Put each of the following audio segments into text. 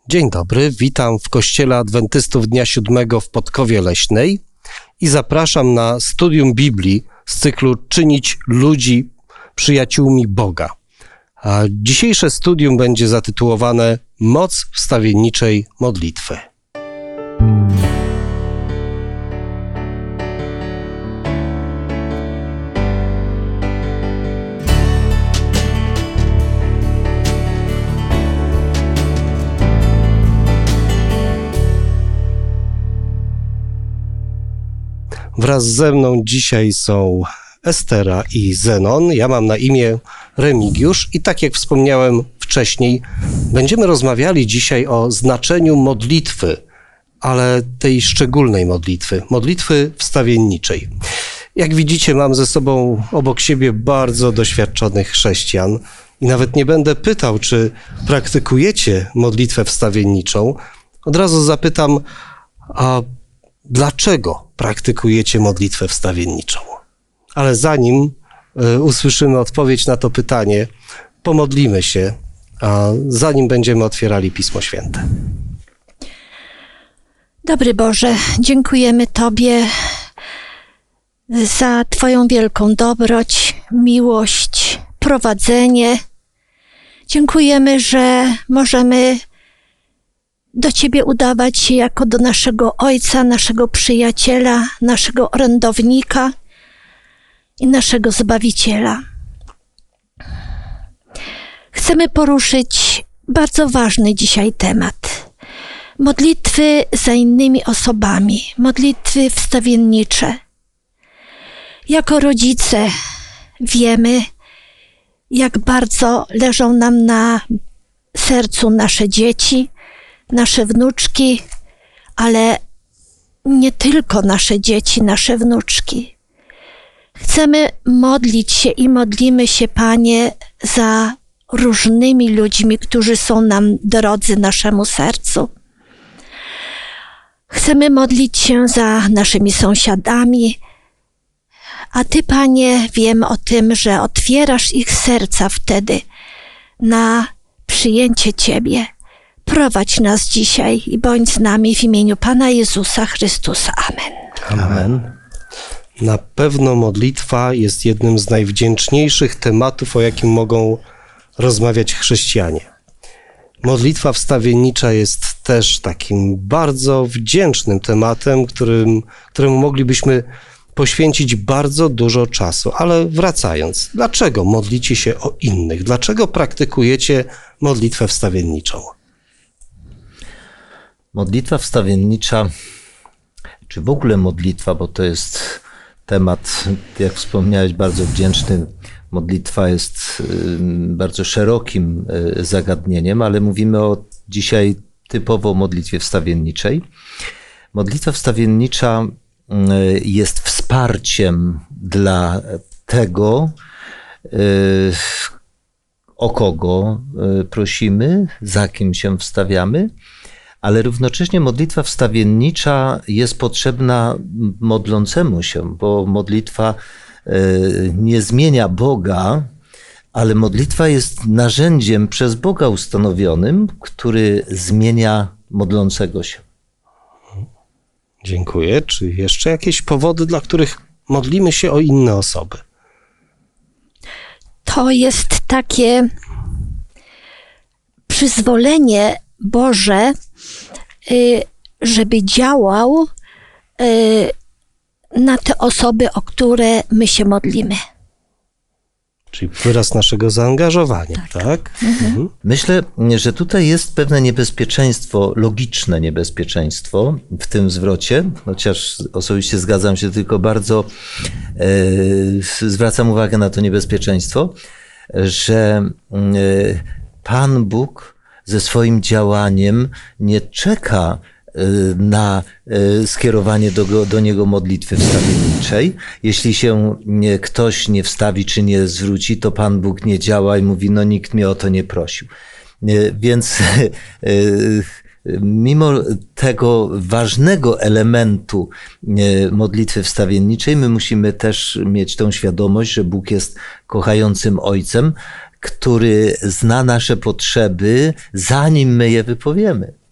Dzień dobry, witam w Kościele Adwentystów Dnia Siódmego w Podkowie Leśnej i zapraszam na studium Biblii z cyklu Czynić ludzi przyjaciółmi Boga. A dzisiejsze studium będzie zatytułowane Moc wstawienniczej modlitwy. Wraz ze mną dzisiaj są Estera i Zenon. Ja mam na imię Remigiusz i tak jak wspomniałem wcześniej, będziemy rozmawiali dzisiaj o znaczeniu modlitwy, ale tej szczególnej modlitwy wstawienniczej. Jak widzicie, mam ze sobą obok siebie bardzo doświadczonych chrześcijan i nawet nie będę pytał, czy praktykujecie modlitwę wstawienniczą. Od razu zapytam, a dlaczego praktykujecie modlitwę wstawienniczą? Ale zanim usłyszymy odpowiedź na to pytanie, pomodlimy się, a zanim będziemy otwierali Pismo Święte. Dobry Boże, dziękujemy Tobie za Twoją wielką dobroć, miłość, prowadzenie. Dziękujemy, że możemy do Ciebie udawać się jako do naszego Ojca, naszego przyjaciela, naszego orędownika i naszego Zbawiciela. Chcemy poruszyć bardzo ważny dzisiaj temat. Modlitwy za innymi osobami, modlitwy wstawiennicze. Jako rodzice wiemy, jak bardzo leżą nam na sercu nasze dzieci, nasze wnuczki, ale nie tylko nasze dzieci, nasze wnuczki. Chcemy modlić się i modlimy się, Panie, za różnymi ludźmi, którzy są nam drodzy naszemu sercu. Chcemy modlić się za naszymi sąsiadami, a Ty, Panie, wiem o tym, że otwierasz ich serca wtedy na przyjęcie Ciebie. Prowadź nas dzisiaj i bądź z nami w imieniu Pana Jezusa Chrystusa. Amen. Amen. Na pewno modlitwa jest jednym z najwdzięczniejszych tematów, o jakim mogą rozmawiać chrześcijanie. Modlitwa wstawiennicza jest też takim bardzo wdzięcznym tematem, któremu moglibyśmy poświęcić bardzo dużo czasu. Ale wracając, dlaczego modlicie się o innych? Dlaczego praktykujecie modlitwę wstawienniczą? Modlitwa wstawiennicza, czy w ogóle modlitwa, bo to jest temat, jak wspomniałeś, bardzo wdzięczny. Modlitwa jest bardzo szerokim zagadnieniem, ale mówimy dzisiaj typowo o modlitwie wstawienniczej. Modlitwa wstawiennicza jest wsparciem dla tego, o kogo prosimy, za kim się wstawiamy, ale równocześnie modlitwa wstawiennicza jest potrzebna modlącemu się, bo modlitwa nie zmienia Boga, ale modlitwa jest narzędziem przez Boga ustanowionym, który zmienia modlącego się. Dziękuję. Czy jeszcze jakieś powody, dla których modlimy się o inne osoby? To jest takie przyzwolenie Boże, żeby działał na te osoby, o które my się modlimy. Czyli wyraz naszego zaangażowania, tak? Mhm. Myślę, że tutaj jest pewne niebezpieczeństwo, logiczne niebezpieczeństwo w tym zwrocie, chociaż osobiście zgadzam się, tylko bardzo zwracam uwagę na to niebezpieczeństwo, że Pan Bóg ze swoim działaniem nie czeka na skierowanie do Niego modlitwy wstawienniczej. Jeśli się ktoś nie wstawi czy nie zwróci, to Pan Bóg nie działa i mówi, no nikt mnie o to nie prosił. Więc mimo tego ważnego elementu modlitwy wstawienniczej, my musimy też mieć tą świadomość, że Bóg jest kochającym Ojcem, który zna nasze potrzeby, zanim my je wypowiemy.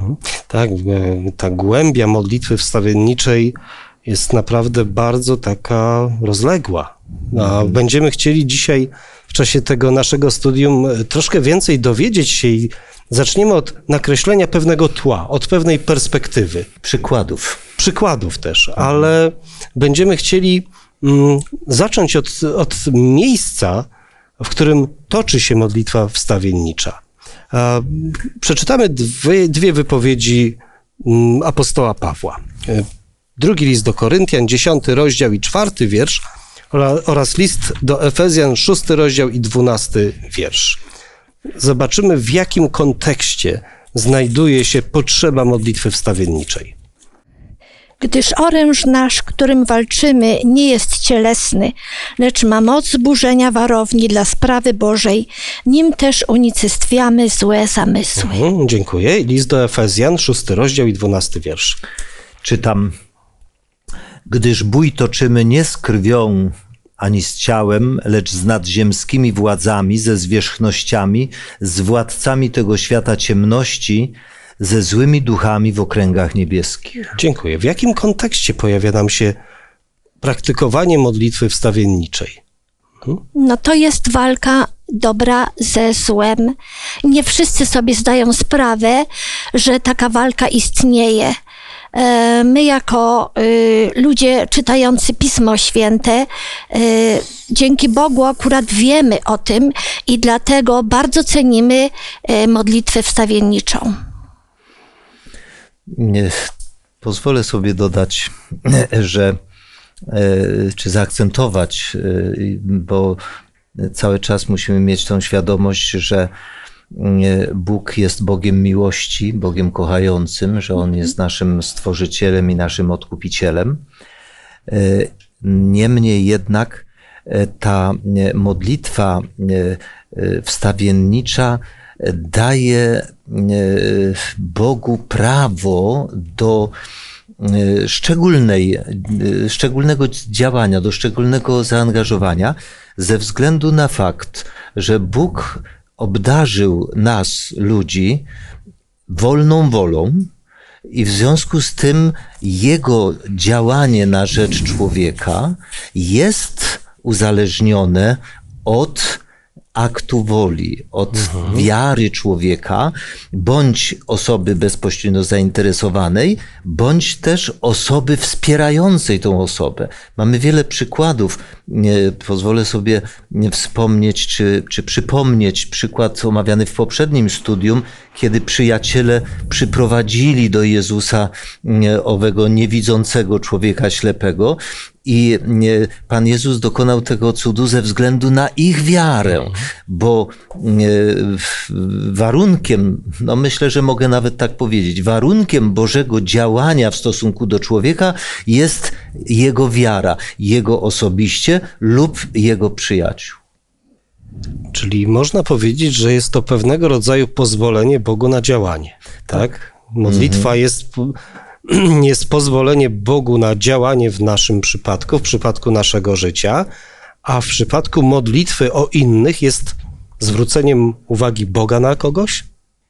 Tak, ta głębia modlitwy wstawienniczej jest naprawdę bardzo taka rozległa. A będziemy chcieli dzisiaj w czasie tego naszego studium troszkę więcej dowiedzieć się i zaczniemy od nakreślenia pewnego tła, od pewnej perspektywy. Przykładów też, ale będziemy chcieli zacząć od miejsca, w którym toczy się modlitwa wstawiennicza. Przeczytamy dwie wypowiedzi apostoła Pawła. Drugi list do Koryntian, 10 rozdział i 4 wiersz oraz list do Efezjan, 6 rozdział i 12 wiersz. Zobaczymy, w jakim kontekście znajduje się potrzeba modlitwy wstawienniczej. Gdyż oręż nasz, którym walczymy, nie jest cielesny, lecz ma moc zburzenia warowni dla sprawy Bożej, nim też unicestwiamy złe zamysły. Dziękuję. List do Efezjan, 6 rozdział i 12 wiersz. Czytam. Gdyż bój toczymy nie z krwią ani z ciałem, lecz z nadziemskimi władzami, ze zwierzchnościami, z władcami tego świata ciemności, ze złymi duchami w okręgach niebieskich. Dziękuję. W jakim kontekście pojawia nam się praktykowanie modlitwy wstawienniczej? No to jest walka dobra ze złem. Nie wszyscy sobie zdają sprawę, że taka walka istnieje. My jako ludzie czytający Pismo Święte, dzięki Bogu akurat wiemy o tym i dlatego bardzo cenimy modlitwę wstawienniczą. Pozwolę sobie dodać, że czy zaakcentować, bo cały czas musimy mieć tą świadomość, że Bóg jest Bogiem miłości, Bogiem kochającym, że On jest naszym Stworzycielem i naszym Odkupicielem. Niemniej jednak ta modlitwa wstawiennicza daje Bogu prawo do szczególnego działania, do szczególnego zaangażowania ze względu na fakt, że Bóg obdarzył nas, ludzi, wolną wolą i w związku z tym Jego działanie na rzecz człowieka jest uzależnione od aktu woli, od wiary człowieka, bądź osoby bezpośrednio zainteresowanej, bądź też osoby wspierającej tą osobę. Mamy wiele przykładów. Pozwolę sobie wspomnieć, czy przypomnieć przykład omawiany w poprzednim studium, kiedy przyjaciele przyprowadzili do Jezusa owego niewidzącego człowieka ślepego i Pan Jezus dokonał tego cudu ze względu na ich wiarę, bo warunkiem, no myślę, że mogę nawet tak powiedzieć, warunkiem Bożego działania w stosunku do człowieka jest jego wiara, jego osobiście lub jego przyjaciół. Czyli można powiedzieć, że jest to pewnego rodzaju pozwolenie Bogu na działanie, tak? Modlitwa jest pozwolenie Bogu na działanie w naszym przypadku, w przypadku naszego życia, a w przypadku modlitwy o innych jest zwróceniem uwagi Boga na kogoś?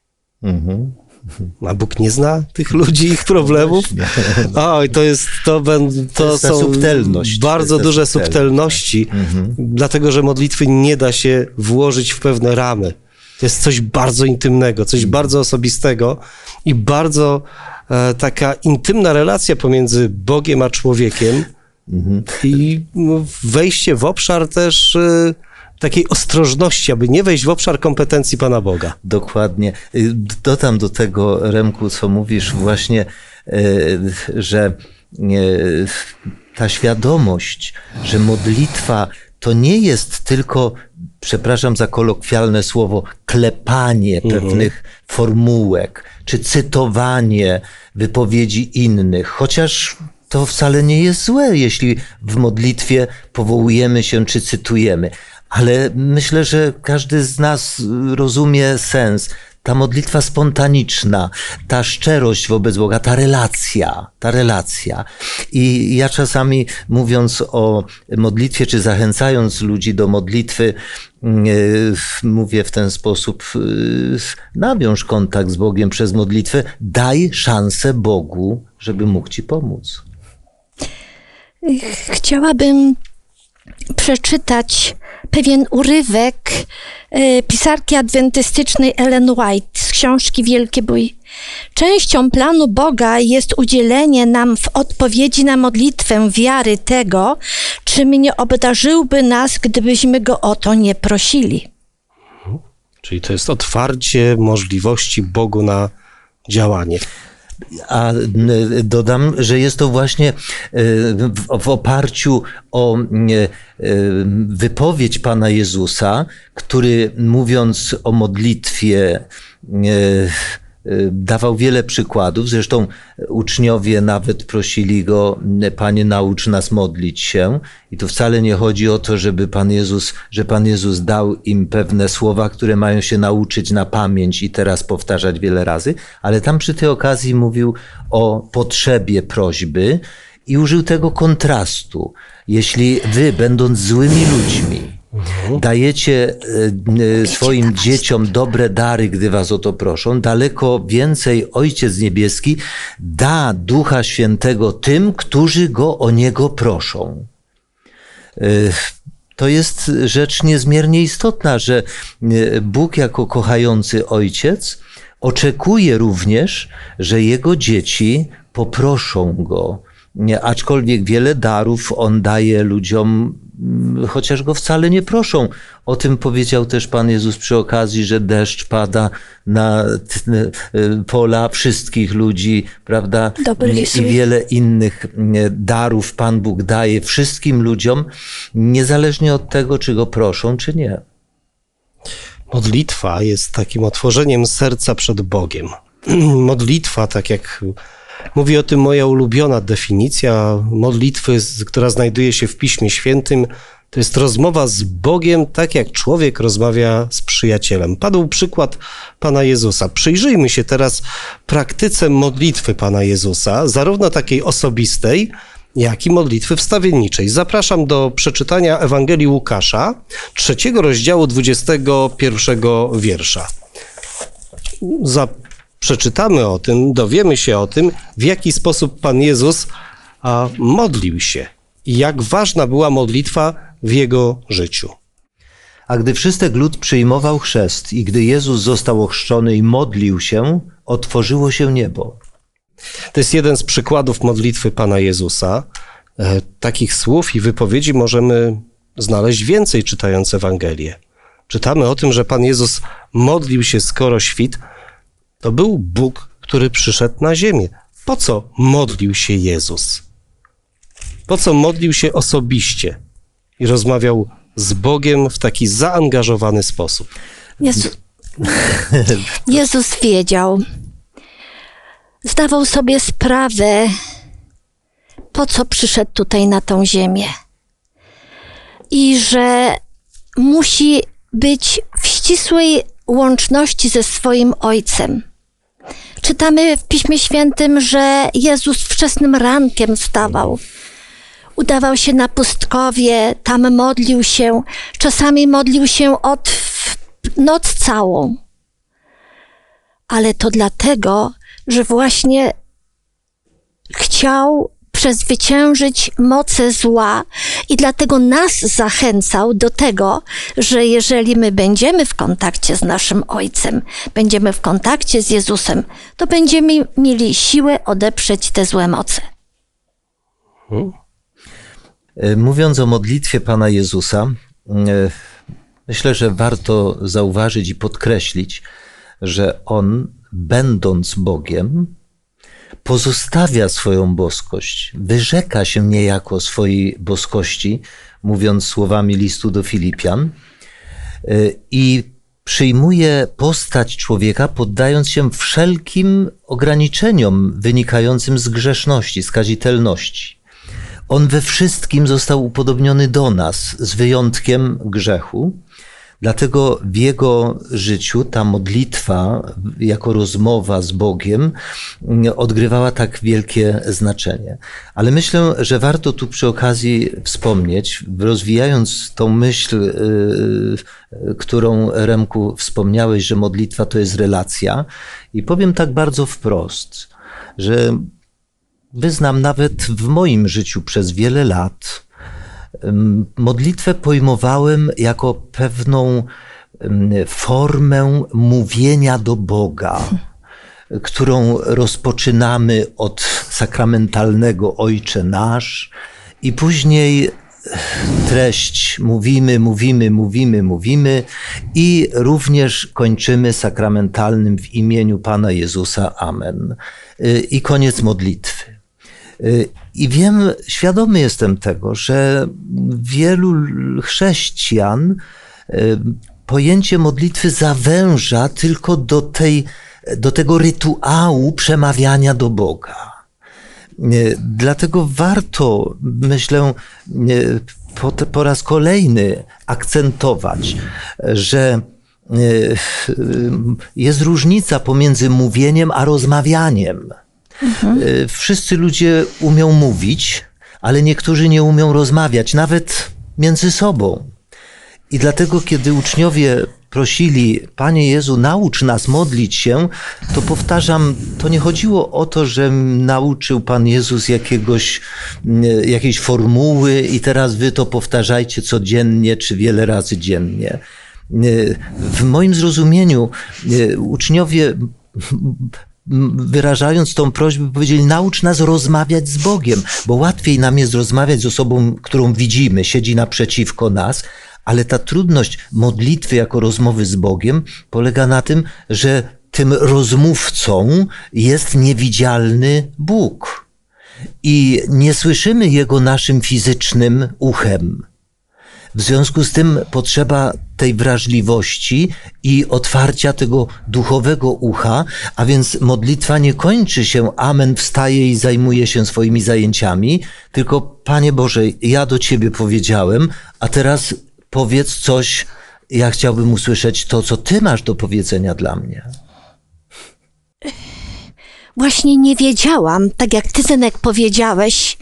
A Bóg nie zna tych ludzi, ich problemów? Oj, to są subtelność. Bardzo duże subtelności, dlatego że modlitwy nie da się włożyć w pewne ramy. To jest coś bardzo intymnego, coś bardzo osobistego i bardzo taka intymna relacja pomiędzy Bogiem a człowiekiem i wejście w obszar też takiej ostrożności, aby nie wejść w obszar kompetencji Pana Boga. Dokładnie. Dodam do tego, Remku, co mówisz właśnie, że ta świadomość, że modlitwa to nie jest tylko, przepraszam za kolokwialne słowo, klepanie pewnych formułek, czy cytowanie wypowiedzi innych, chociaż to wcale nie jest złe, jeśli w modlitwie powołujemy się czy cytujemy. Ale myślę, że każdy z nas rozumie sens ta modlitwa spontaniczna, ta szczerość wobec Boga, ta relacja. I ja czasami, mówiąc o modlitwie, czy zachęcając ludzi do modlitwy, mówię w ten sposób: nawiąż kontakt z Bogiem przez modlitwę, daj szansę Bogu, żeby mógł ci pomóc. Chciałabym przeczytać pewien urywek pisarki adwentystycznej Ellen White z książki Wielki Bój. Częścią planu Boga jest udzielenie nam w odpowiedzi na modlitwę wiary tego, czym nie obdarzyłby nas, gdybyśmy Go o to nie prosili. Czyli to jest otwarcie możliwości Bogu na działanie. A dodam, że jest to właśnie w oparciu o wypowiedź Pana Jezusa, który, mówiąc o modlitwie, dawał wiele przykładów. Zresztą uczniowie nawet prosili Go: Panie, naucz nas modlić się. I tu wcale nie chodzi o to, że Pan Jezus dał im pewne słowa, które mają się nauczyć na pamięć i teraz powtarzać wiele razy, ale tam przy tej okazji mówił o potrzebie prośby i użył tego kontrastu. Jeśli wy, będąc złymi ludźmi, dajecie swoim dzieciom dobre dary, gdy was o to proszą, daleko więcej Ojciec Niebieski da Ducha Świętego tym, którzy Go o Niego proszą. To jest rzecz niezmiernie istotna, że Bóg jako kochający Ojciec oczekuje również, że Jego dzieci poproszą Go. Aczkolwiek wiele darów On daje ludziom, chociaż Go wcale nie proszą. O tym powiedział też Pan Jezus przy okazji, że deszcz pada na pola wszystkich ludzi, prawda? I wiele innych darów Pan Bóg daje wszystkim ludziom, niezależnie od tego, czy Go proszą, czy nie. Modlitwa jest takim otworzeniem serca przed Bogiem. Modlitwa, tak jak mówi o tym moja ulubiona definicja modlitwy, która znajduje się w Piśmie Świętym, to jest rozmowa z Bogiem, tak jak człowiek rozmawia z przyjacielem. Padł przykład Pana Jezusa. Przyjrzyjmy się teraz praktyce modlitwy Pana Jezusa, zarówno takiej osobistej, jak i modlitwy wstawienniczej. Zapraszam do przeczytania Ewangelii Łukasza, 3 rozdziału 21 wiersza. Przeczytamy o tym, dowiemy się o tym, w jaki sposób Pan Jezus modlił się i jak ważna była modlitwa w Jego życiu. A gdy wszystek lud przyjmował chrzest i gdy Jezus został ochrzczony i modlił się, otworzyło się niebo. To jest jeden z przykładów modlitwy Pana Jezusa. Takich słów i wypowiedzi możemy znaleźć więcej, czytając Ewangelię. Czytamy o tym, że Pan Jezus modlił się, skoro świt. To był Bóg, który przyszedł na ziemię. Po co modlił się Jezus? Po co modlił się osobiście i rozmawiał z Bogiem w taki zaangażowany sposób? Jezus wiedział, zdawał sobie sprawę, po co przyszedł tutaj na tą ziemię. I że musi być w ścisłej łączności ze swoim Ojcem. Czytamy w Piśmie Świętym, że Jezus wczesnym rankiem wstawał. Udawał się na pustkowie, tam modlił się. Czasami modlił się noc całą. Ale to dlatego, że właśnie chciał przezwyciężyć moce zła i dlatego nas zachęcał do tego, że jeżeli my będziemy w kontakcie z naszym Ojcem, będziemy w kontakcie z Jezusem, to będziemy mieli siłę odeprzeć te złe moce. Mówiąc o modlitwie Pana Jezusa, myślę, że warto zauważyć i podkreślić, że On, będąc Bogiem, pozostawia swoją boskość, wyrzeka się niejako swojej boskości, mówiąc słowami listu do Filipian, i przyjmuje postać człowieka, poddając się wszelkim ograniczeniom wynikającym z grzeszności, skazitelności. On we wszystkim został upodobniony do nas, z wyjątkiem grzechu. Dlatego w jego życiu ta modlitwa jako rozmowa z Bogiem odgrywała tak wielkie znaczenie. Ale myślę, że warto tu przy okazji wspomnieć, rozwijając tą myśl, którą, Remku, wspomniałeś, że modlitwa to jest relacja. I powiem tak bardzo wprost, że wyznam, nawet w moim życiu przez wiele lat modlitwę pojmowałem jako pewną formę mówienia do Boga, którą rozpoczynamy od sakramentalnego Ojcze Nasz i później treść mówimy i również kończymy sakramentalnym w imieniu Pana Jezusa. Amen. I koniec modlitwy. I wiem, świadomy jestem tego, że wielu chrześcijan pojęcie modlitwy zawęża tylko do tego rytuału przemawiania do Boga. Dlatego warto, myślę, po raz kolejny akcentować, że jest różnica pomiędzy mówieniem a rozmawianiem. Wszyscy ludzie umią mówić, ale niektórzy nie umią rozmawiać, nawet między sobą. I dlatego, kiedy uczniowie prosili: Panie Jezu, naucz nas modlić się, to powtarzam, to nie chodziło o to, że nauczył Pan Jezus jakiejś formuły i teraz wy to powtarzajcie codziennie czy wiele razy dziennie. W moim zrozumieniu uczniowie, wyrażając tą prośbę, powiedzieli: naucz nas rozmawiać z Bogiem, bo łatwiej nam jest rozmawiać z osobą, którą widzimy, siedzi naprzeciwko nas, ale ta trudność modlitwy jako rozmowy z Bogiem polega na tym, że tym rozmówcą jest niewidzialny Bóg i nie słyszymy Jego naszym fizycznym uchem. W związku z tym potrzeba tej wrażliwości i otwarcia tego duchowego ucha, a więc modlitwa nie kończy się: amen, wstaje i zajmuje się swoimi zajęciami, tylko: Panie Boże, ja do Ciebie powiedziałem, a teraz powiedz coś, ja chciałbym usłyszeć to, co Ty masz do powiedzenia dla mnie. Właśnie nie wiedziałam, tak jak Ty, Zenek, powiedziałeś.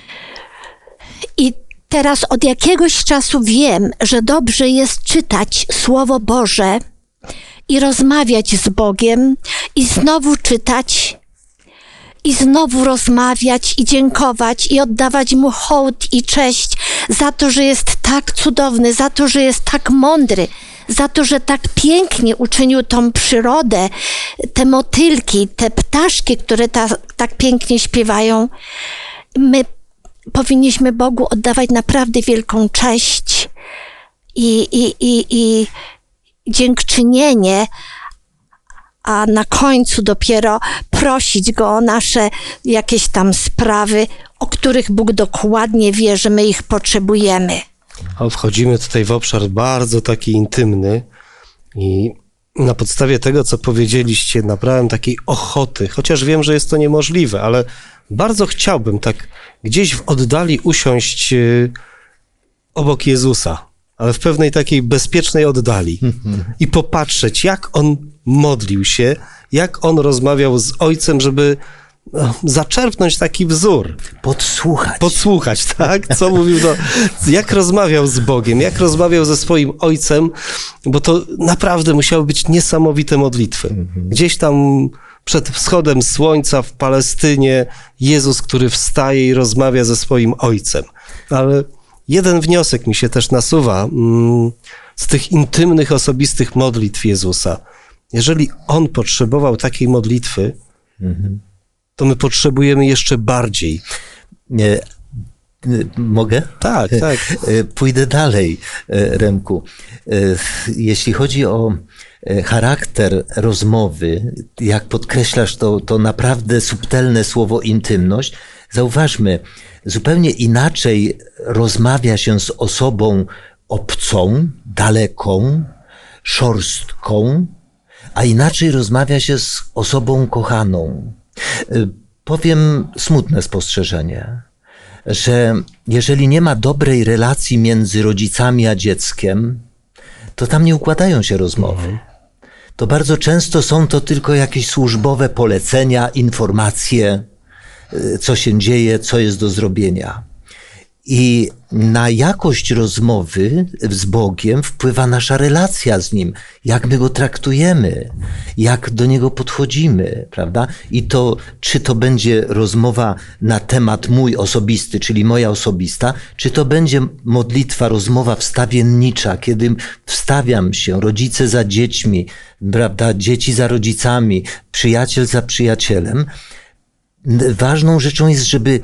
I teraz od jakiegoś czasu wiem, że dobrze jest czytać Słowo Boże i rozmawiać z Bogiem i znowu czytać i znowu rozmawiać i dziękować i oddawać Mu hołd i cześć za to, że jest tak cudowny, za to, że jest tak mądry, za to, że tak pięknie uczynił tą przyrodę, te motylki, te ptaszki, które tak pięknie śpiewają. My powinniśmy Bogu oddawać naprawdę wielką cześć i dziękczynienie, a na końcu dopiero prosić Go o nasze jakieś tam sprawy, o których Bóg dokładnie wie, że my ich potrzebujemy. Wchodzimy tutaj w obszar bardzo taki intymny i na podstawie tego, co powiedzieliście, nabrałem takiej ochoty, chociaż wiem, że jest to niemożliwe, ale bardzo chciałbym tak gdzieś w oddali usiąść obok Jezusa, ale w pewnej takiej bezpiecznej oddali i popatrzeć, jak On modlił się, jak On rozmawiał z Ojcem, żeby zaczerpnąć taki wzór. Podsłuchać, tak? Co mówił, jak rozmawiał z Bogiem, jak rozmawiał ze swoim Ojcem, bo to naprawdę musiały być niesamowite modlitwy. Gdzieś tam przed wschodem słońca w Palestynie Jezus, który wstaje i rozmawia ze swoim Ojcem. Ale jeden wniosek mi się też nasuwa z tych intymnych, osobistych modlitw Jezusa. Jeżeli On potrzebował takiej modlitwy, to my potrzebujemy jeszcze bardziej. Mogę? Tak. Pójdę dalej, Remku. Jeśli chodzi o charakter rozmowy, jak podkreślasz to naprawdę subtelne słowo intymność, zauważmy, zupełnie inaczej rozmawia się z osobą obcą, daleką, szorstką, a inaczej rozmawia się z osobą kochaną. Powiem smutne spostrzeżenie, że jeżeli nie ma dobrej relacji między rodzicami a dzieckiem, to tam nie układają się rozmowy. To bardzo często są to tylko jakieś służbowe polecenia, informacje, co się dzieje, co jest do zrobienia. I na jakość rozmowy z Bogiem wpływa nasza relacja z Nim, jak my Go traktujemy, jak do Niego podchodzimy, prawda? I to, czy to będzie rozmowa na temat mój osobisty, czyli moja osobista, czy to będzie modlitwa, rozmowa wstawiennicza, kiedy wstawiam się, rodzice za dziećmi, prawda? Dzieci za rodzicami, przyjaciel za przyjacielem. Ważną rzeczą jest, żeby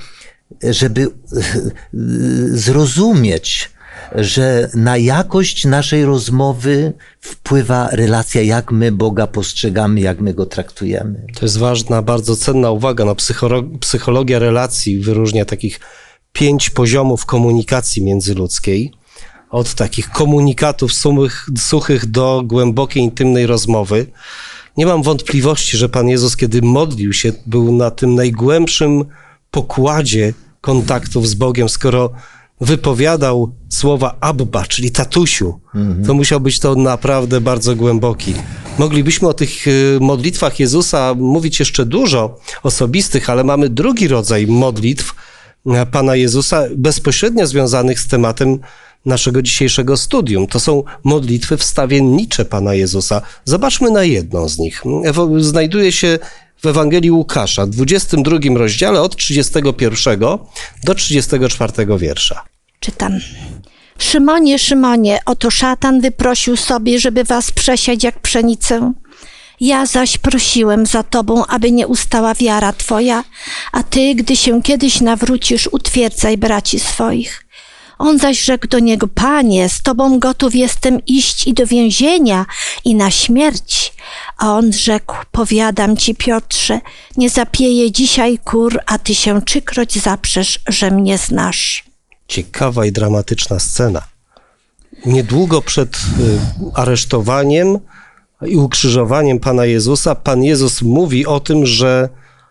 zrozumieć, że na jakość naszej rozmowy wpływa relacja, jak my Boga postrzegamy, jak my Go traktujemy. To jest ważna, bardzo cenna uwaga. No, psychologia relacji wyróżnia takich 5 poziomów komunikacji międzyludzkiej. Od takich komunikatów suchych do głębokiej, intymnej rozmowy. Nie mam wątpliwości, że Pan Jezus, kiedy modlił się, był na tym najgłębszym pokładzie kontaktów z Bogiem, skoro wypowiadał słowa Abba, czyli tatusiu, to musiał być to naprawdę bardzo głęboki. Moglibyśmy o tych modlitwach Jezusa mówić jeszcze dużo, osobistych, ale mamy drugi rodzaj modlitw Pana Jezusa, bezpośrednio związanych z tematem naszego dzisiejszego studium. To są modlitwy wstawiennicze Pana Jezusa. Zobaczmy na jedną z nich. Znajduje się w Ewangelii Łukasza, w 22 rozdziale od 31 do 34 wiersza. Czytam. Szymonie, Szymonie, oto szatan wyprosił sobie, żeby was przesiać jak pszenicę. Ja zaś prosiłem za tobą, aby nie ustała wiara twoja, a ty, gdy się kiedyś nawrócisz, utwierdzaj braci swoich. On zaś rzekł do niego, Panie, z tobą gotów jestem iść i do więzienia, i na śmierć. A on rzekł, powiadam ci, Piotrze, nie zapieje dzisiaj kur, a ty się 3-kroć zaprzesz, że mnie znasz. Ciekawa i dramatyczna scena. Niedługo przed aresztowaniem i ukrzyżowaniem Pana Jezusa, Pan Jezus mówi o tym, że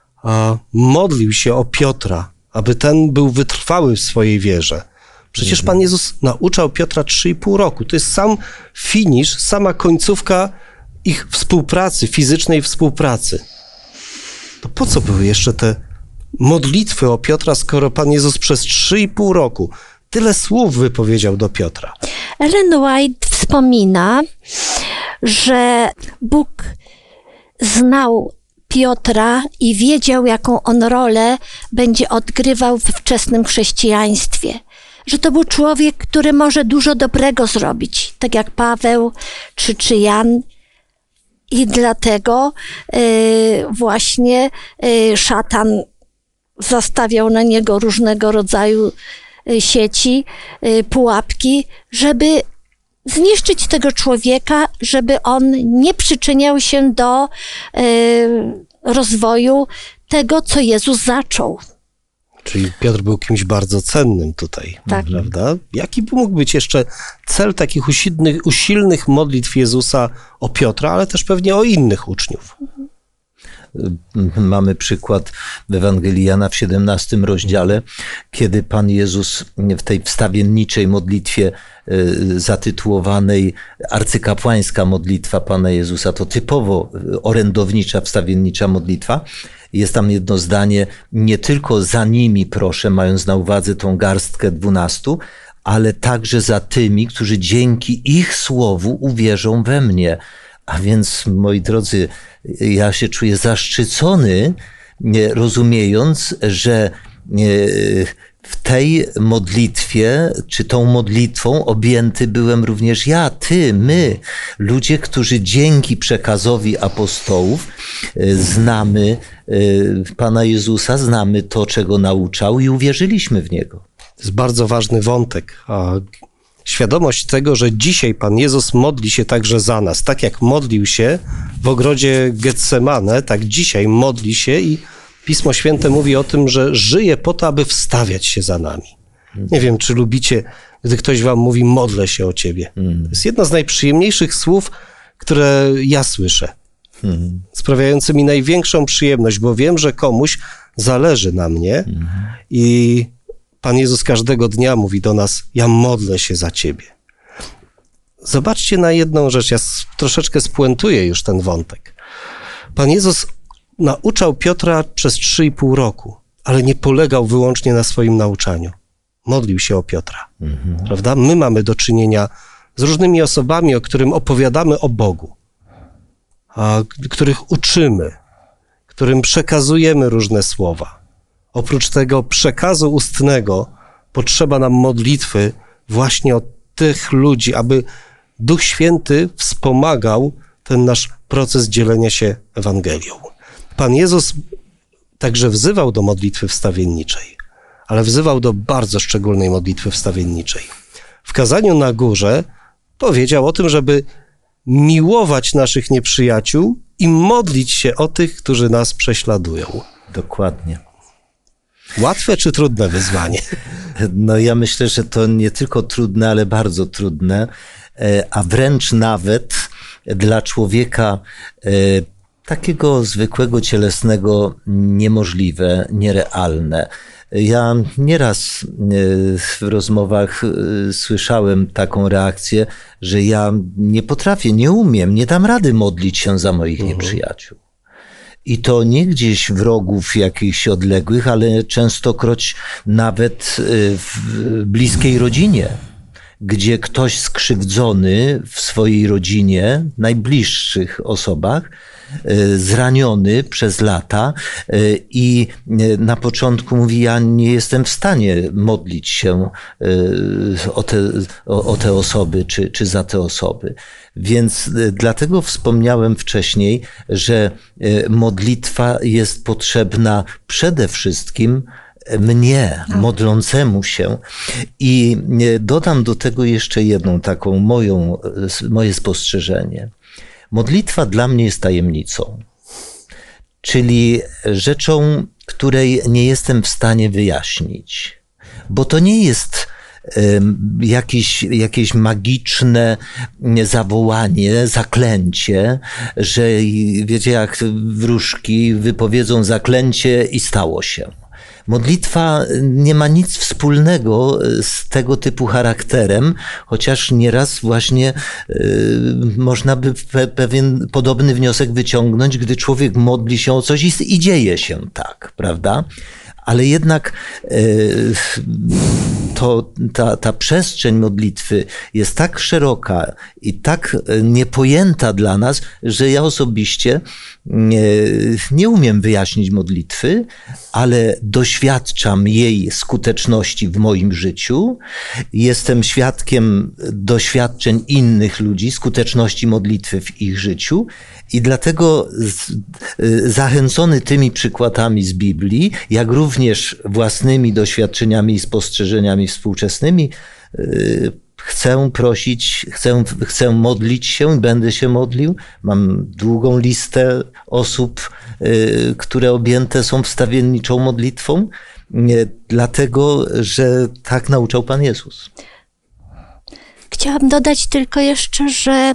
modlił się o Piotra, aby ten był wytrwały w swojej wierze. Przecież Pan Jezus nauczał Piotra 3,5 roku. To jest sam finisz, sama końcówka ich współpracy, fizycznej współpracy. To po co były jeszcze te modlitwy o Piotra, skoro Pan Jezus przez 3,5 roku tyle słów wypowiedział do Piotra? Ellen White wspomina, że Bóg znał Piotra i wiedział, jaką on rolę będzie odgrywał w wczesnym chrześcijaństwie. Że to był człowiek, który może dużo dobrego zrobić, tak jak Paweł czy Jan. I dlatego właśnie szatan zastawiał na niego różnego rodzaju sieci, pułapki, żeby zniszczyć tego człowieka, żeby on nie przyczyniał się do rozwoju tego, co Jezus zaczął. Czyli Piotr był kimś bardzo cennym tutaj, tak, prawda? Jaki mógł być jeszcze cel takich usilnych modlitw Jezusa o Piotra, ale też pewnie o innych uczniów? Mamy przykład w Ewangelii Jana w 17 rozdziale, kiedy Pan Jezus w tej wstawienniczej modlitwie zatytułowanej arcykapłańska modlitwa Pana Jezusa, to typowo orędownicza, wstawiennicza modlitwa. Jest tam jedno zdanie, nie tylko za nimi proszę, mając na uwadze tą garstkę 12, ale także za tymi, którzy dzięki ich słowu uwierzą we mnie. A więc, moi drodzy, ja się czuję zaszczycony, rozumiejąc, że w tej modlitwie, czy tą modlitwą objęty byłem również ja, ty, my, ludzie, którzy dzięki przekazowi apostołów znamy Pana Jezusa, znamy to, czego nauczał i uwierzyliśmy w Niego. To jest bardzo ważny wątek. Świadomość tego, że dzisiaj Pan Jezus modli się także za nas. Tak jak modlił się w ogrodzie Getsemane, tak dzisiaj modli się i Pismo Święte mówi o tym, że żyje po to, aby wstawiać się za nami. Nie wiem, czy lubicie, gdy ktoś wam mówi, modlę się o ciebie. To jest jedno z najprzyjemniejszych słów, które ja słyszę. Sprawiające mi największą przyjemność, bo wiem, że komuś zależy na mnie i Pan Jezus każdego dnia mówi do nas, ja modlę się za ciebie. zobaczcie na jedną rzecz, ja troszeczkę spuentuję już ten wątek. Pan Jezus nauczał Piotra przez 3,5 roku, ale nie polegał wyłącznie na swoim nauczaniu. Modlił się o Piotra, prawda? My mamy do czynienia z różnymi osobami, o którym opowiadamy o Bogu, których uczymy, którym przekazujemy różne słowa. Oprócz tego przekazu ustnego potrzeba nam modlitwy właśnie o tych ludzi, aby Duch Święty wspomagał ten nasz proces dzielenia się Ewangelią. Pan Jezus także wzywał do modlitwy wstawienniczej, ale wzywał do bardzo szczególnej modlitwy wstawienniczej. W kazaniu na górze powiedział o tym, żeby miłować naszych nieprzyjaciół i modlić się o tych, którzy nas prześladują. Dokładnie. Łatwe czy trudne wyzwanie? No ja myślę, że to nie tylko trudne, ale bardzo trudne, a wręcz nawet dla człowieka takiego zwykłego, cielesnego niemożliwe, nierealne. Ja nieraz w rozmowach słyszałem taką reakcję, że ja nie potrafię, nie umiem, nie dam rady modlić się za moich nieprzyjaciół. I to nie gdzieś wrogów jakichś odległych, ale częstokroć nawet w bliskiej rodzinie, gdzie ktoś skrzywdzony w swojej rodzinie, najbliższych osobach, zraniony przez lata i na początku mówi, ja nie jestem w stanie modlić się o te osoby, czy za te osoby. Więc dlatego wspomniałem wcześniej, że modlitwa jest potrzebna przede wszystkim mnie, modlącemu się. I dodam do tego jeszcze jedną taką moje spostrzeżenie. Modlitwa dla mnie jest tajemnicą, czyli rzeczą, której nie jestem w stanie wyjaśnić, bo to nie jest jakieś magiczne zawołanie, zaklęcie, że wiecie, jak wróżki wypowiedzą zaklęcie i stało się. Modlitwa nie ma nic wspólnego z tego typu charakterem, chociaż nieraz właśnie można by pewien podobny wniosek wyciągnąć, gdy człowiek modli się o coś i dzieje się tak, prawda? Ale jednak ta przestrzeń modlitwy jest tak szeroka i tak niepojęta dla nas, że ja osobiście nie umiem wyjaśnić modlitwy, ale doświadczam jej skuteczności w moim życiu. Jestem świadkiem doświadczeń innych ludzi, skuteczności modlitwy w ich życiu i dlatego zachęcony tymi przykładami z Biblii, jak również własnymi doświadczeniami i spostrzeżeniami współczesnymi, chcę prosić, chcę modlić się i będę się modlił. Mam długą listę osób, które objęte są wstawienniczą modlitwą, dlatego, że tak nauczał Pan Jezus. Chciałam dodać tylko jeszcze, że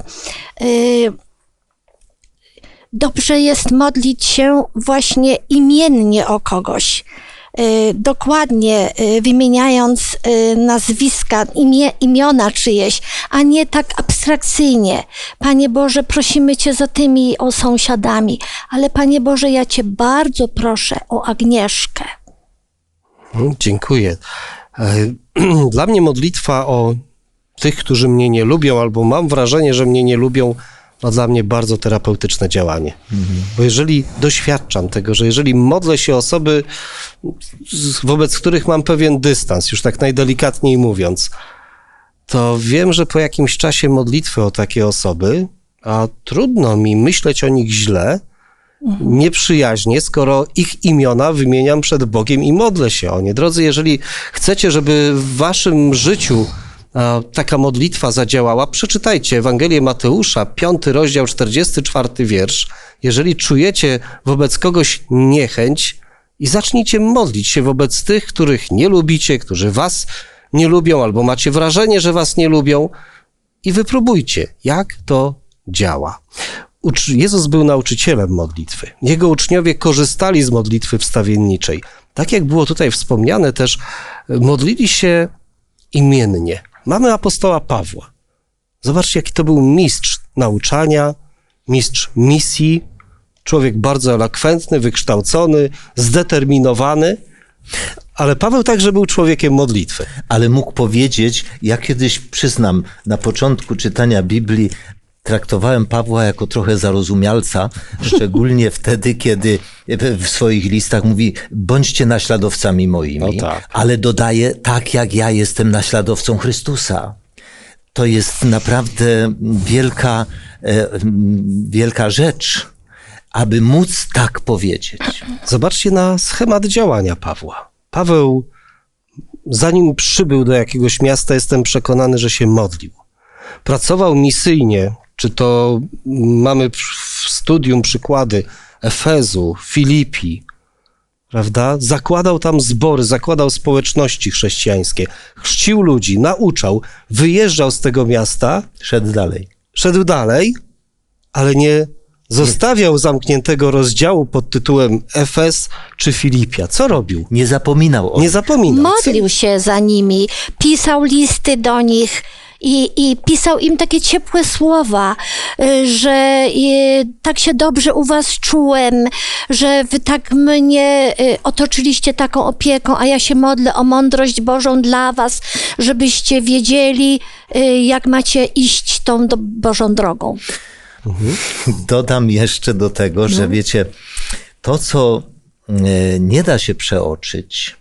dobrze jest modlić się właśnie imiennie o kogoś. Dokładnie wymieniając nazwiska, imiona czyjeś, a nie tak abstrakcyjnie. Panie Boże, prosimy Cię za tymi sąsiadami, ale Panie Boże, ja Cię bardzo proszę o Agnieszkę. Dziękuję. Dla mnie modlitwa o tych, którzy mnie nie lubią, albo mam wrażenie, że mnie nie lubią, ma dla mnie bardzo terapeutyczne działanie. Bo jeżeli doświadczam tego, że jeżeli modlę się o osoby, wobec których mam pewien dystans, już tak najdelikatniej mówiąc, to wiem, że po jakimś czasie modlitwy o takie osoby, a trudno mi myśleć o nich źle, nieprzyjaźnie, skoro ich imiona wymieniam przed Bogiem i modlę się o nie. Drodzy, jeżeli chcecie, żeby w waszym życiu taka modlitwa zadziałała, przeczytajcie Ewangelię Mateusza, 5 rozdział, 44 wiersz. Jeżeli czujecie wobec kogoś niechęć i zacznijcie modlić się wobec tych, których nie lubicie, którzy was nie lubią, albo macie wrażenie, że was nie lubią i wypróbujcie, jak to działa. Jezus był nauczycielem modlitwy. Jego uczniowie korzystali z modlitwy wstawienniczej. Tak jak było tutaj wspomniane też, modlili się imiennie. Mamy apostoła Pawła. Zobaczcie, jaki to był mistrz nauczania, mistrz misji, człowiek bardzo elokwentny, wykształcony, zdeterminowany, ale Paweł także był człowiekiem modlitwy. Ale mógł powiedzieć, ja kiedyś przyznam, na początku czytania Biblii traktowałem Pawła jako trochę zarozumialca, szczególnie wtedy, kiedy w swoich listach mówi, bądźcie naśladowcami moimi, No tak. ale dodaje, tak jak ja jestem naśladowcą Chrystusa. To jest naprawdę wielka rzecz, aby móc tak powiedzieć. Zobaczcie na schemat działania Pawła. Paweł, zanim przybył do jakiegoś miasta, jestem przekonany, że się modlił. Pracował misyjnie, czy to mamy w studium przykłady Efezu, Filipi, prawda? Zakładał tam zbory, zakładał społeczności chrześcijańskie, chrzcił ludzi, nauczał, wyjeżdżał z tego miasta, szedł dalej, ale nie zostawiał zamkniętego rozdziału pod tytułem Efes czy Filipia. Co robił? Nie zapominał o Nie zapominał. Modlił się za nimi, pisał listy do nich i pisał im takie ciepłe słowa, że tak się dobrze u was czułem, że wy tak mnie otoczyliście taką opieką, a ja się modlę o mądrość Bożą dla was, żebyście wiedzieli, jak macie iść tą Bożą drogą. Dodam jeszcze do tego, że wiecie, to co nie da się przeoczyć,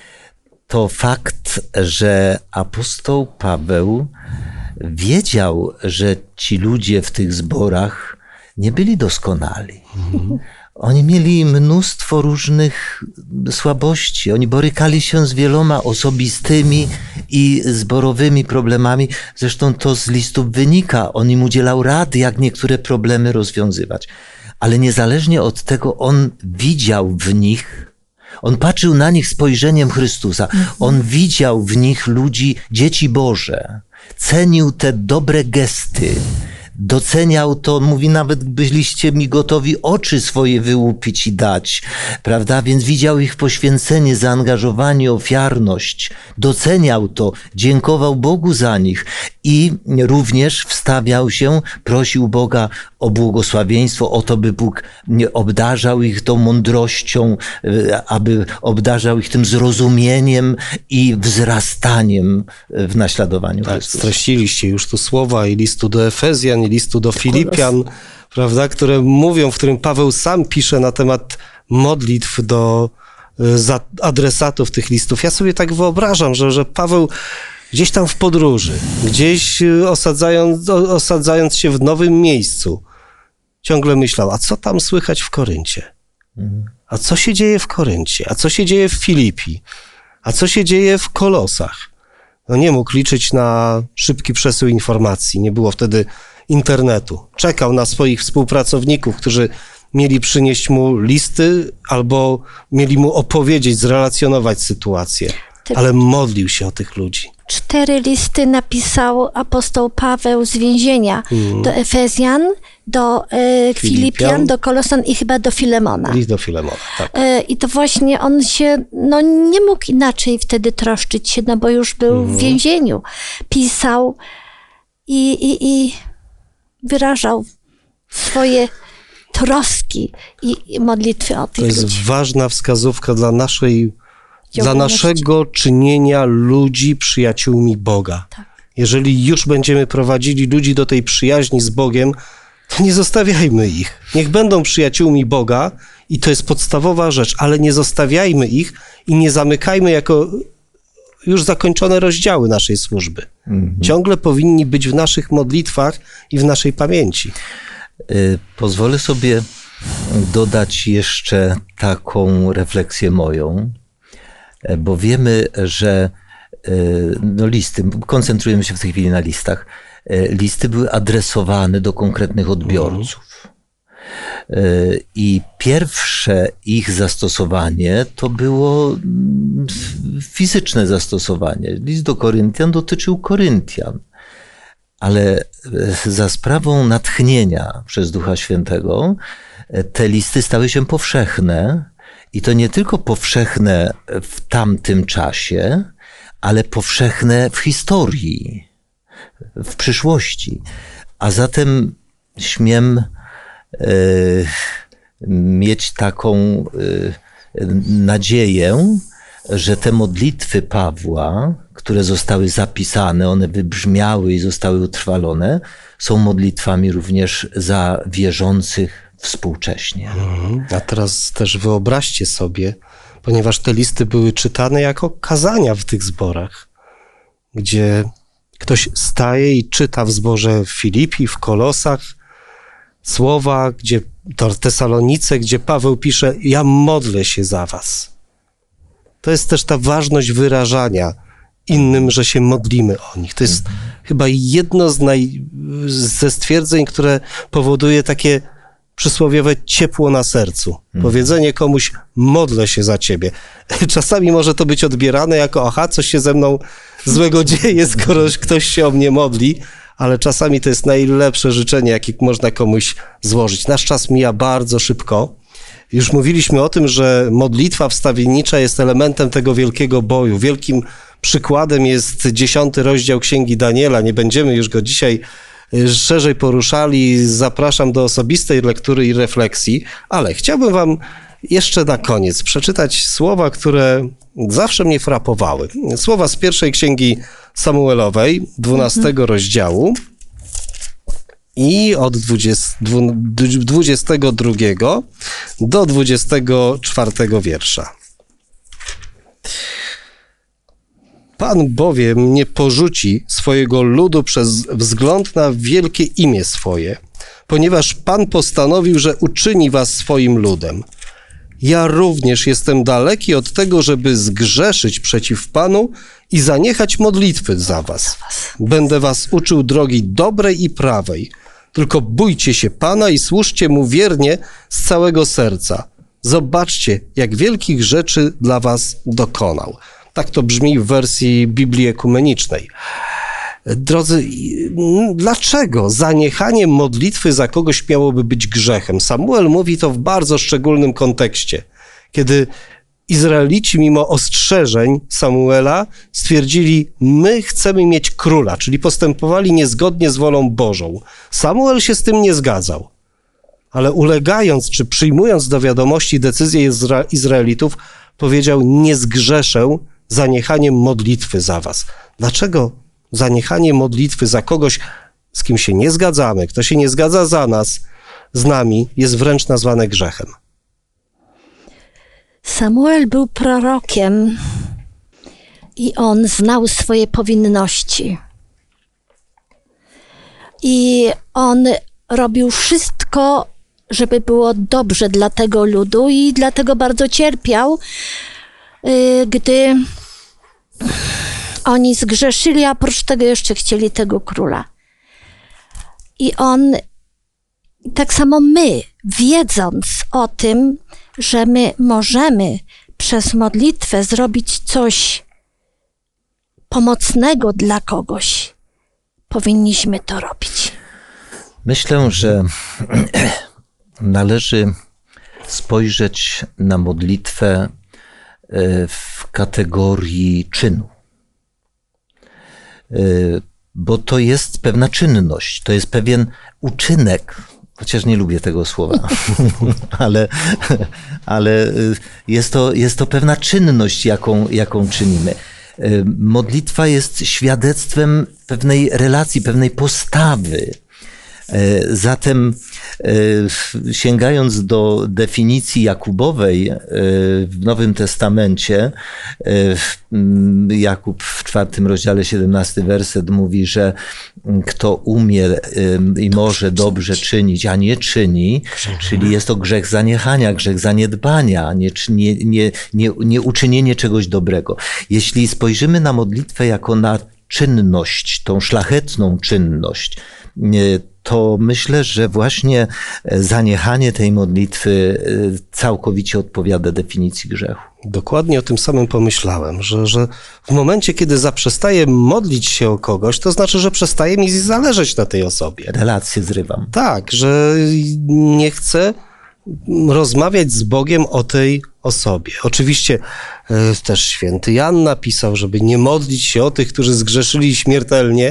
to fakt, że apostoł Paweł wiedział, że ci ludzie w tych zborach nie byli doskonali. Oni mieli mnóstwo różnych słabości. Oni borykali się z wieloma osobistymi i zborowymi problemami. Zresztą to z listów wynika. On im udzielał rady, jak niektóre problemy rozwiązywać. Ale niezależnie od tego, on widział w nich, on patrzył na nich spojrzeniem Chrystusa. On widział w nich ludzi, dzieci Boże. Cenił te dobre gesty. Doceniał to, mówi, nawet byliście mi gotowi oczy swoje wyłupić i dać, prawda? Więc widział ich poświęcenie, zaangażowanie, ofiarność. Doceniał to, dziękował Bogu za nich i również wstawiał się, prosił Boga o błogosławieństwo, o to, by Bóg obdarzał ich tą mądrością, aby obdarzał ich tym zrozumieniem i wzrastaniem w naśladowaniu Chrystusa. Streściliście już tu słowa i listu do Efezjan, i listu do Filipian, prawda, które mówią, w którym Paweł sam pisze na temat modlitw do adresatów tych listów. Ja sobie tak wyobrażam, że Paweł gdzieś tam w podróży, gdzieś osadzając się w nowym miejscu, ciągle myślał, a co tam słychać w Koryncie? A co się dzieje w Koryncie? A co się dzieje w Filipi? A co się dzieje w Kolosach? No nie mógł liczyć na szybki przesył informacji. Nie było wtedy internetu. Czekał na swoich współpracowników, którzy mieli przynieść mu listy albo mieli mu opowiedzieć, zrelacjonować sytuację. Ale modlił się o tych ludzi. 4 listy napisał apostoł Paweł z więzienia. Do Efezjan, do Filipian, do Kolosan i chyba do Filemona. List do Filemona, tak. I to właśnie on się, nie mógł inaczej wtedy troszczyć się, bo już był w więzieniu. Pisał i wyrażał swoje troski i modlitwy o tych ludzi. To jest ważna wskazówka dla naszego czynienia ludzi przyjaciółmi Boga. Tak. Jeżeli już będziemy prowadzili ludzi do tej przyjaźni z Bogiem, to nie zostawiajmy ich. Niech będą przyjaciółmi Boga i to jest podstawowa rzecz, ale nie zostawiajmy ich i nie zamykajmy jako już zakończone rozdziały naszej służby. Ciągle powinni być w naszych modlitwach i w naszej pamięci. Pozwolę sobie dodać jeszcze taką refleksję moją, bo wiemy, że listy, koncentrujemy się w tej chwili na listach, listy były adresowane do konkretnych odbiorców. I pierwsze ich zastosowanie to było fizyczne zastosowanie. List do Koryntian dotyczył Koryntian, ale za sprawą natchnienia przez Ducha Świętego te listy stały się powszechne i to nie tylko powszechne w tamtym czasie, ale powszechne w historii. w przyszłości. A zatem śmiem mieć taką nadzieję, że te modlitwy Pawła, które zostały zapisane, one wybrzmiały i zostały utrwalone, są modlitwami również za wierzących współcześnie. A teraz też wyobraźcie sobie, ponieważ te listy były czytane jako kazania w tych zborach, gdzie ktoś staje i czyta w zborze w Filipi, w Kolosach słowa, gdzie to Tesalonice, gdzie Paweł pisze: ja modlę się za was. To jest też ta ważność wyrażania innym, że się modlimy o nich. To jest chyba jedno ze stwierdzeń, które powoduje takie przysłowiowe ciepło na sercu. Powiedzenie komuś: modlę się za ciebie. Czasami może to być odbierane jako: aha, coś się ze mną złego dzieje, skoro ktoś się o mnie modli, ale czasami to jest najlepsze życzenie, jakie można komuś złożyć. Nasz czas mija bardzo szybko. Już mówiliśmy o tym, że modlitwa wstawiennicza jest elementem tego wielkiego boju. Wielkim przykładem jest 10 rozdział Księgi Daniela. Nie będziemy już go dzisiaj szerzej poruszali. Zapraszam do osobistej lektury i refleksji, ale chciałbym wam jeszcze na koniec przeczytać słowa, które zawsze mnie frapowały. Słowa z pierwszej Księgi Samuelowej, 12 rozdziału i od 22 do 24 wiersza. Pan bowiem nie porzuci swojego ludu przez wzgląd na wielkie imię swoje, ponieważ Pan postanowił, że uczyni was swoim ludem. Ja również jestem daleki od tego, żeby zgrzeszyć przeciw Panu i zaniechać modlitwy za was. Będę was uczył drogi dobrej i prawej. Tylko bójcie się Pana i służcie Mu wiernie z całego serca. Zobaczcie, jak wielkich rzeczy dla was dokonał. Tak to brzmi w wersji Biblii Ekumenicznej. Drodzy, dlaczego zaniechanie modlitwy za kogoś miałoby być grzechem? Samuel mówi to w bardzo szczególnym kontekście, kiedy Izraelici mimo ostrzeżeń Samuela stwierdzili: my chcemy mieć króla, czyli postępowali niezgodnie z wolą Bożą. Samuel się z tym nie zgadzał, ale ulegając czy przyjmując do wiadomości decyzję Izraelitów, powiedział: nie zgrzeszę zaniechaniem modlitwy za was. Dlaczego zaniechanie modlitwy za kogoś, z kim się nie zgadzamy, kto się nie zgadza za nas, z nami, jest wręcz nazwane grzechem? Samuel był prorokiem i on znał swoje powinności. I on robił wszystko, żeby było dobrze dla tego ludu i dlatego bardzo cierpiał, gdy oni zgrzeszyli, a oprócz tego jeszcze chcieli tego króla. I on, tak samo my, wiedząc o tym, że my możemy przez modlitwę zrobić coś pomocnego dla kogoś, powinniśmy to robić. Myślę, że należy spojrzeć na modlitwę w kategorii czynu. Bo to jest pewna czynność, to jest pewien uczynek, chociaż nie lubię tego słowa, ale jest to pewna czynność, jaką czynimy. Modlitwa jest świadectwem pewnej relacji, pewnej postawy. Zatem sięgając do definicji Jakubowej w Nowym Testamencie, Jakub w 4 rozdziale 17 werset mówi, że kto umie i może dobrze czynić, a nie czyni, czyli jest to grzech zaniechania, grzech zaniedbania, nie uczynienie czegoś dobrego. Jeśli spojrzymy na modlitwę jako na czynność, tą szlachetną czynność, to myślę, że właśnie zaniechanie tej modlitwy całkowicie odpowiada definicji grzechu. Dokładnie o tym samym pomyślałem, że w momencie, kiedy zaprzestaję modlić się o kogoś, to znaczy, że przestaje mi zależeć na tej osobie. Relacje zrywam. Tak, że nie chcę rozmawiać z Bogiem o tej osobie. Oczywiście też święty Jan napisał, żeby nie modlić się o tych, którzy zgrzeszyli śmiertelnie,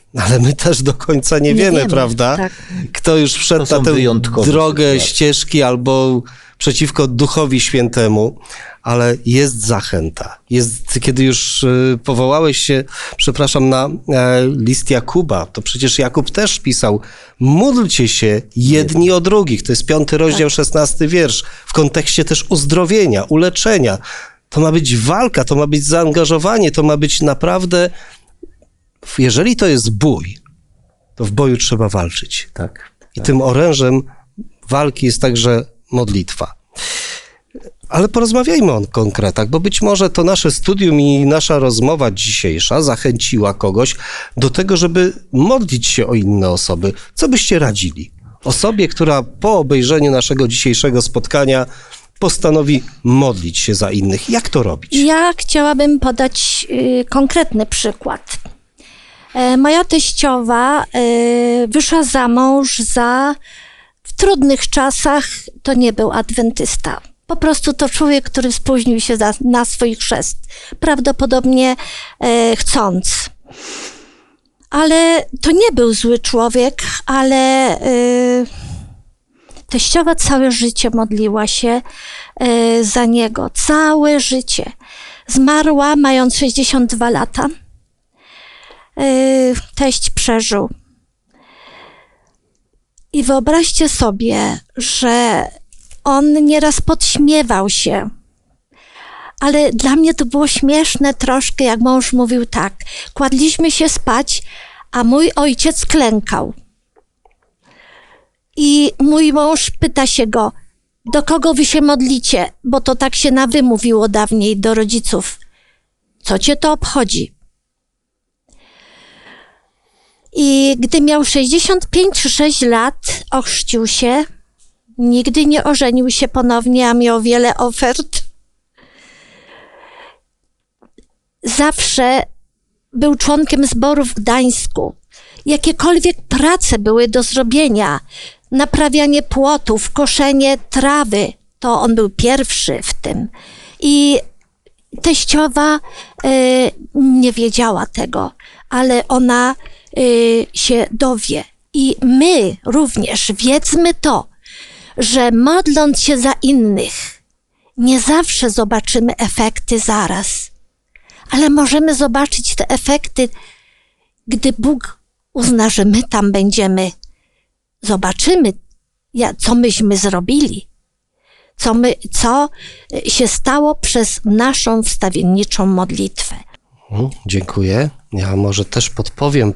ale my też do końca nie wiemy, prawda? tak. Kto już wszedł To są na tę wyjątkowe drogę sytuacje. ścieżki albo przeciwko Duchowi Świętemu, ale jest zachęta. Jest, kiedy już powołałeś się, przepraszam, na list Jakuba, to przecież Jakub też pisał, módlcie się jedni o drugich. To jest 5 rozdział, 16 wiersz. W kontekście też uzdrowienia, uleczenia. To ma być walka, to ma być zaangażowanie, to ma być naprawdę... Jeżeli to jest bój, to w boju trzeba walczyć. Tak. I tym orężem walki jest także modlitwa. Ale porozmawiajmy o konkretach, bo być może to nasze studium i nasza rozmowa dzisiejsza zachęciła kogoś do tego, żeby modlić się o inne osoby. Co byście radzili osobie, która po obejrzeniu naszego dzisiejszego spotkania postanowi modlić się za innych? Jak to robić? Ja chciałabym podać konkretny przykład. Moja teściowa wyszła za mąż w trudnych czasach, to nie był adwentysta. Po prostu to człowiek, który spóźnił się na swój chrzest. Prawdopodobnie chcąc. Ale to nie był zły człowiek, ale teściowa całe życie modliła się za niego. Całe życie. Zmarła mając 62 lata. Teść przeżył. I wyobraźcie sobie, że on nieraz podśmiewał się. Ale dla mnie to było śmieszne troszkę, jak mąż mówił tak. Kładliśmy się spać, a mój ojciec klękał. I mój mąż pyta się go, do kogo wy się modlicie? Bo to tak się na wy mówiło dawniej do rodziców. Co cię to obchodzi? I gdy miał 65 czy 6 lat, ochrzcił się. Nigdy nie ożenił się ponownie, a miał wiele ofert. Zawsze był członkiem zboru w Gdańsku. Jakiekolwiek prace były do zrobienia, naprawianie płotów, koszenie trawy, to on był pierwszy w tym. I teściowa nie wiedziała tego, ale ona się dowie. I my również wiedzmy to, że modląc się za innych, nie zawsze zobaczymy efekty zaraz, ale możemy zobaczyć te efekty, gdy Bóg uzna, że my tam będziemy. Zobaczymy, co myśmy zrobili, co się stało przez naszą wstawienniczą modlitwę. Dziękuję. Ja może też podpowiem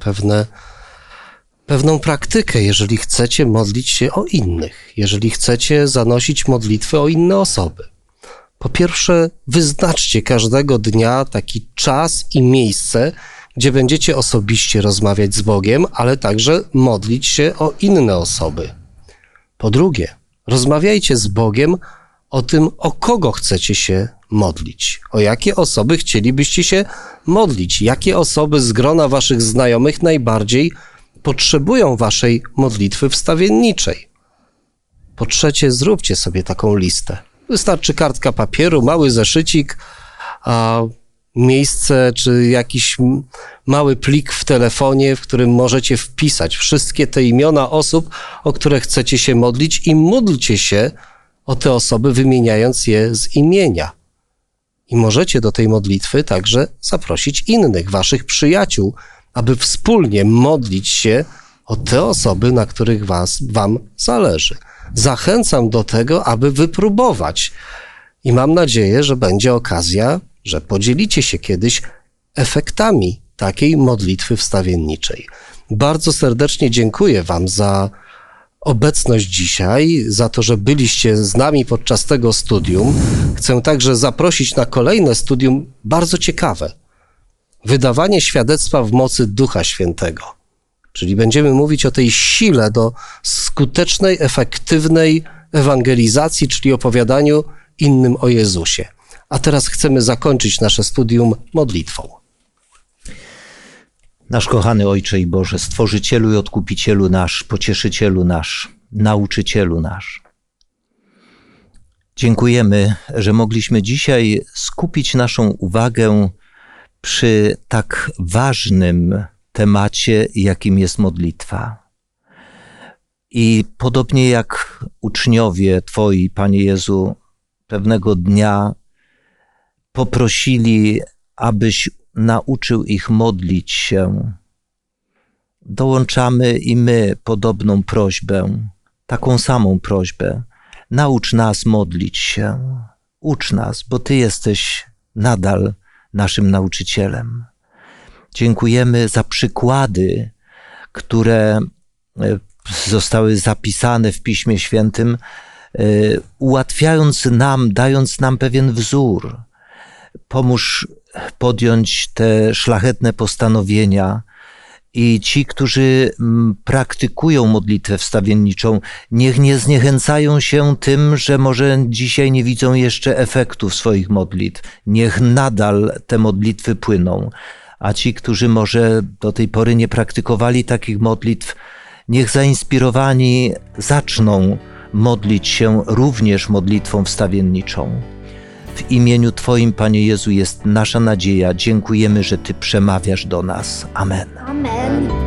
pewną praktykę, jeżeli chcecie modlić się o innych, jeżeli chcecie zanosić modlitwy o inne osoby. Po pierwsze, wyznaczcie każdego dnia taki czas i miejsce, gdzie będziecie osobiście rozmawiać z Bogiem, ale także modlić się o inne osoby. Po drugie, rozmawiajcie z Bogiem o tym, o kogo chcecie się modlić, o jakie osoby chcielibyście się modlić, jakie osoby z grona waszych znajomych najbardziej potrzebują waszej modlitwy wstawienniczej. Po trzecie, zróbcie sobie taką listę. Wystarczy kartka papieru, mały zeszycik, a miejsce czy jakiś mały plik w telefonie, w którym możecie wpisać wszystkie te imiona osób, o które chcecie się modlić i módlcie się o te osoby, wymieniając je z imienia. I możecie do tej modlitwy także zaprosić innych, waszych przyjaciół, aby wspólnie modlić się o te osoby, na których wam zależy. Zachęcam do tego, aby wypróbować. I mam nadzieję, że będzie okazja, że podzielicie się kiedyś efektami takiej modlitwy wstawienniczej. Bardzo serdecznie dziękuję wam za obecność dzisiaj, za to, że byliście z nami podczas tego studium. Chcę także zaprosić na kolejne studium bardzo ciekawe. Wydawanie świadectwa w mocy Ducha Świętego. Czyli będziemy mówić o tej sile do skutecznej, efektywnej ewangelizacji, czyli opowiadaniu innym o Jezusie. A teraz chcemy zakończyć nasze studium modlitwą. Nasz kochany Ojcze i Boże, Stworzycielu i Odkupicielu nasz, Pocieszycielu nasz, Nauczycielu nasz. Dziękujemy, że mogliśmy dzisiaj skupić naszą uwagę przy tak ważnym temacie, jakim jest modlitwa. I podobnie jak uczniowie Twoi, Panie Jezu, pewnego dnia poprosili, abyś nauczył ich modlić się, dołączamy i my podobną prośbę, taką samą prośbę. Naucz nas modlić się. Ucz nas, bo Ty jesteś nadal naszym nauczycielem. Dziękujemy za przykłady, które zostały zapisane w Piśmie Świętym, ułatwiając nam, dając nam pewien wzór. Pomóż podjąć te szlachetne postanowienia i ci, którzy praktykują modlitwę wstawienniczą, niech nie zniechęcają się tym, że może dzisiaj nie widzą jeszcze efektów swoich modlitw. Niech nadal te modlitwy płyną. A ci, którzy może do tej pory nie praktykowali takich modlitw, niech zainspirowani zaczną modlić się również modlitwą wstawienniczą. W imieniu Twoim, Panie Jezu, jest nasza nadzieja. Dziękujemy, że Ty przemawiasz do nas. Amen. Amen.